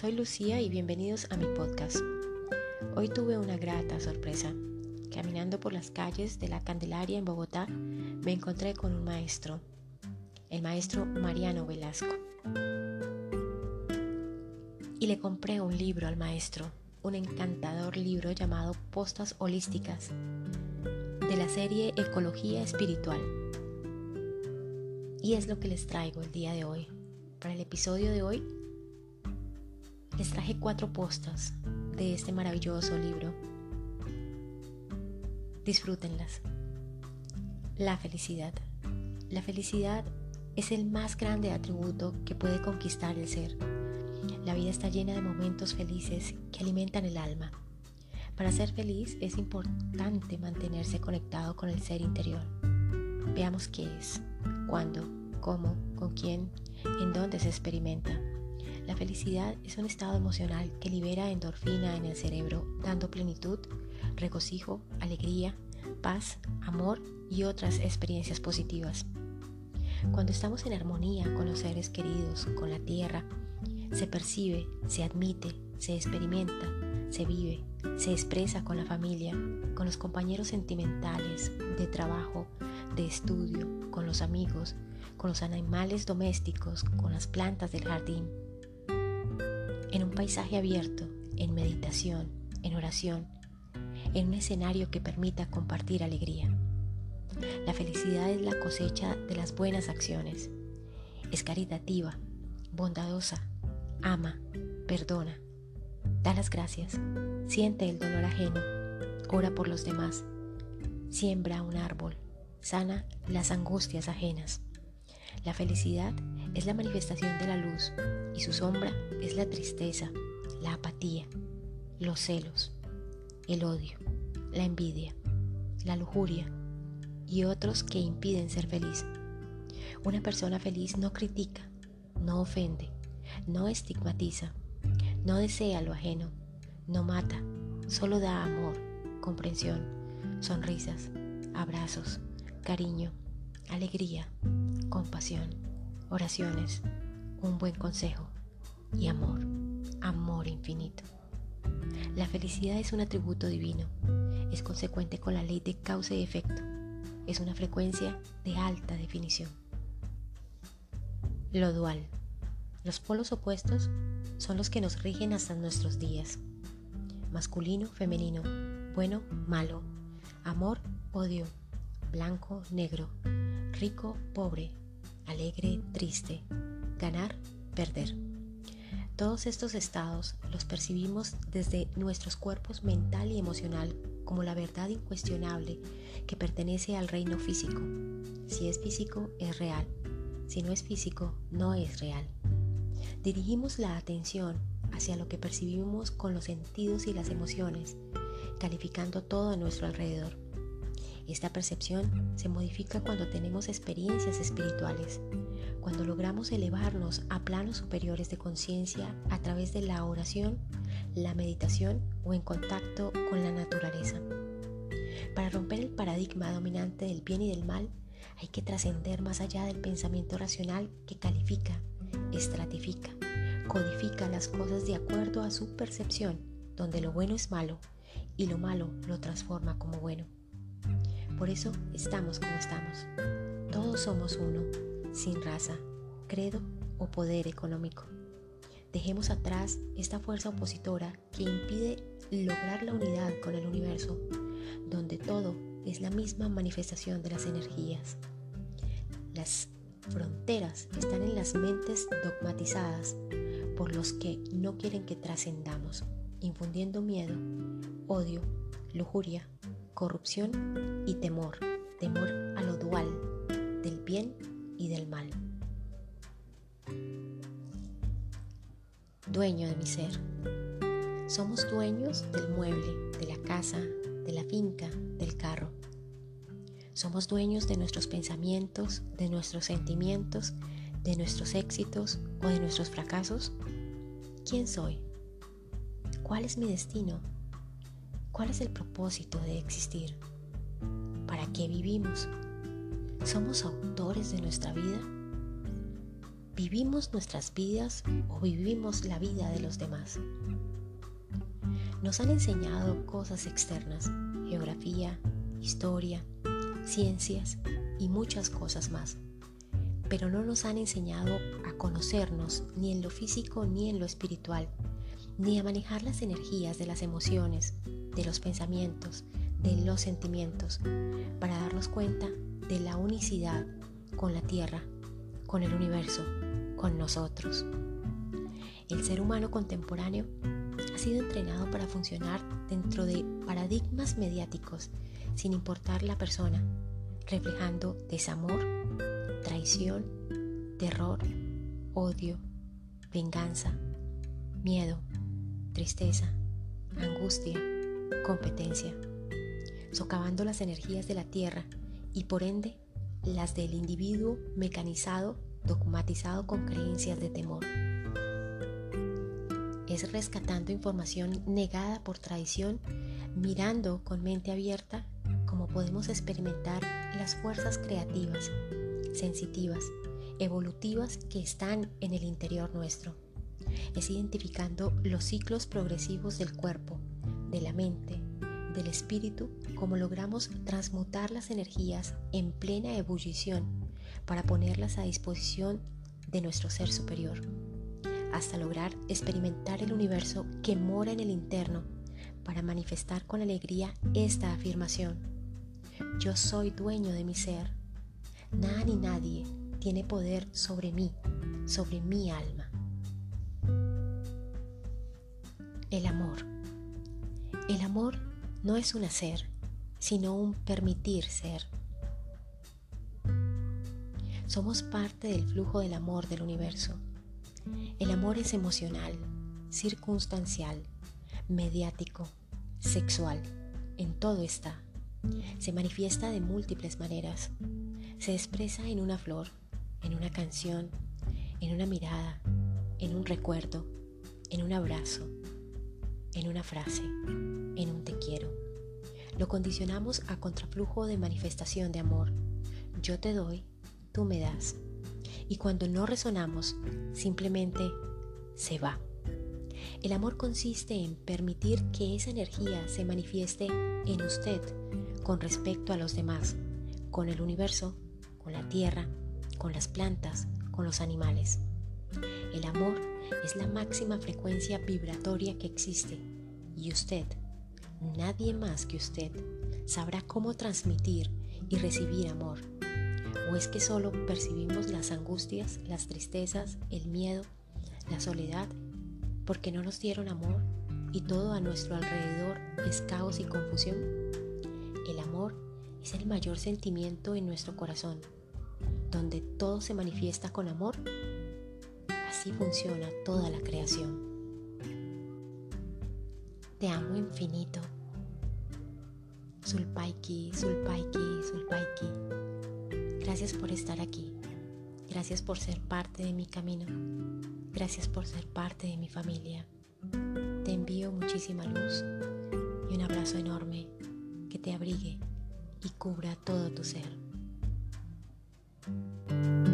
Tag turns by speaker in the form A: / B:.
A: soy Lucía y bienvenidos a mi podcast. Hoy tuve una grata sorpresa. Caminando por las calles de la Candelaria en Bogotá, me encontré con un maestro, el maestro Mariano Velasco. Y le compré un libro al maestro, un encantador libro llamado Postas Holísticas, de la serie Ecología Espiritual. Y es lo que les traigo el día de hoy. Para el episodio de hoy, les traje 4 postas de este maravilloso libro. Disfrútenlas. La felicidad. La felicidad es el más grande atributo que puede conquistar el ser. La vida está llena de momentos felices que alimentan el alma. Para ser feliz es importante mantenerse conectado con el ser interior. Veamos qué es, cuándo, cómo, con quién, en dónde se experimenta. La felicidad es un estado emocional que libera endorfina en el cerebro, dando plenitud, regocijo, alegría, paz, amor y otras experiencias positivas. Cuando estamos en armonía con los seres queridos, con la tierra, se percibe, se admite, se experimenta, se vive, se expresa con la familia, con los compañeros sentimentales, de trabajo, de estudio, con los amigos, con los animales domésticos, con las plantas del jardín. En un paisaje abierto, en meditación, en oración, en un escenario que permita compartir alegría. La felicidad es la cosecha de las buenas acciones. Es caritativa, bondadosa, ama, perdona, da las gracias, siente el dolor ajeno, ora por los demás, siembra un árbol, sana las angustias ajenas. La felicidad es la manifestación de la luz y su sombra es la tristeza, la apatía, los celos, el odio, la envidia, la lujuria y otros que impiden ser feliz. Una persona feliz no critica, no ofende, no estigmatiza, no desea lo ajeno, no mata, solo da amor, comprensión, sonrisas, abrazos, cariño, alegría, compasión, oraciones, un buen consejo y amor, amor infinito. La felicidad es un atributo divino, es consecuente con la ley de causa y efecto, es una frecuencia de alta definición. Lo dual. Los polos opuestos son los que nos rigen hasta nuestros días. Masculino, femenino, bueno, malo, amor, odio, blanco, negro, rico, pobre, alegre, triste, ganar, perder. Todos estos estados los percibimos desde nuestros cuerpos mental y emocional como la verdad incuestionable que pertenece al reino físico. Si es físico, es real. Si no es físico, no es real. Dirigimos la atención hacia lo que percibimos con los sentidos y las emociones, calificando todo a nuestro alrededor. Esta percepción se modifica cuando tenemos experiencias espirituales, cuando logramos elevarnos a planos superiores de conciencia a través de la oración, la meditación o en contacto con la naturaleza. Para romper el paradigma dominante del bien y del mal, hay que trascender más allá del pensamiento racional que califica, estratifica, codifica las cosas de acuerdo a su percepción, donde lo bueno es malo y lo malo lo transforma como bueno. Por eso estamos como estamos. Todos somos uno, sin raza, credo o poder económico. Dejemos atrás esta fuerza opositora que impide lograr la unidad con el universo, donde todo es la misma manifestación de las energías. Las fronteras están en las mentes dogmatizadas por los que no quieren que trascendamos, infundiendo miedo, odio, lujuria, corrupción y temor a lo dual, del bien y del mal. Dueño de mi ser. Somos dueños del mueble, de la casa, de la finca, del carro. Somos dueños de nuestros pensamientos, de nuestros sentimientos, de nuestros éxitos o de nuestros fracasos. ¿Quién soy? ¿Cuál es mi destino? ¿Cuál es el propósito de existir? ¿Para qué vivimos? ¿Somos autores de nuestra vida? ¿Vivimos nuestras vidas o vivimos la vida de los demás? Nos han enseñado cosas externas, geografía, historia, ciencias y muchas cosas más, pero no nos han enseñado a conocernos ni en lo físico ni en lo espiritual, ni a manejar las energías de las emociones, de los pensamientos, de los sentimientos, para darnos cuenta de la unicidad con la Tierra, con el universo, con nosotros. El ser humano contemporáneo ha sido entrenado para funcionar dentro de paradigmas mediáticos, sin importar la persona, reflejando desamor, traición, terror, odio, venganza, miedo, tristeza, angustia, competencia, socavando las energías de la tierra y por ende las del individuo mecanizado, dogmatizado con creencias de temor. Es rescatando información negada por tradición, mirando con mente abierta cómo podemos experimentar las fuerzas creativas, sensitivas, evolutivas que están en el interior nuestro. Es identificando los ciclos progresivos del cuerpo, de la mente, del espíritu, cómo logramos transmutar las energías en plena ebullición para ponerlas a disposición de nuestro ser superior, hasta lograr experimentar el universo que mora en el interno para manifestar con alegría esta afirmación: yo soy dueño de mi ser. Nada ni nadie tiene poder sobre mí, sobre mi alma. El amor. El amor no es un hacer, sino un permitir ser. Somos parte del flujo del amor del universo. El amor es emocional, circunstancial, mediático, sexual, en todo está. Se manifiesta de múltiples maneras. Se expresa en una flor, en una canción, en una mirada, en un recuerdo, en un abrazo, en una frase, en un te quiero. Lo condicionamos a contraflujo de manifestación de amor. Yo te doy, tú me das. Y cuando no resonamos, simplemente se va. El amor consiste en permitir que esa energía se manifieste en usted con respecto a los demás, con el universo, con la tierra, con las plantas, con los animales. El amor es la máxima frecuencia vibratoria que existe y usted, nadie más que usted, sabrá cómo transmitir y recibir amor. ¿O es que solo percibimos las angustias, las tristezas, el miedo, la soledad, porque no nos dieron amor y todo a nuestro alrededor es caos y confusión? El amor es el mayor sentimiento en nuestro corazón, donde todo se manifiesta con amor. Así funciona toda la creación. Te amo infinito. Sulpaiki, Sulpaiki, Sulpaiki. Gracias por estar aquí. Gracias por ser parte de mi camino. Gracias por ser parte de mi familia. Te envío muchísima luz y un abrazo enorme que te abrigue y cubra todo tu ser.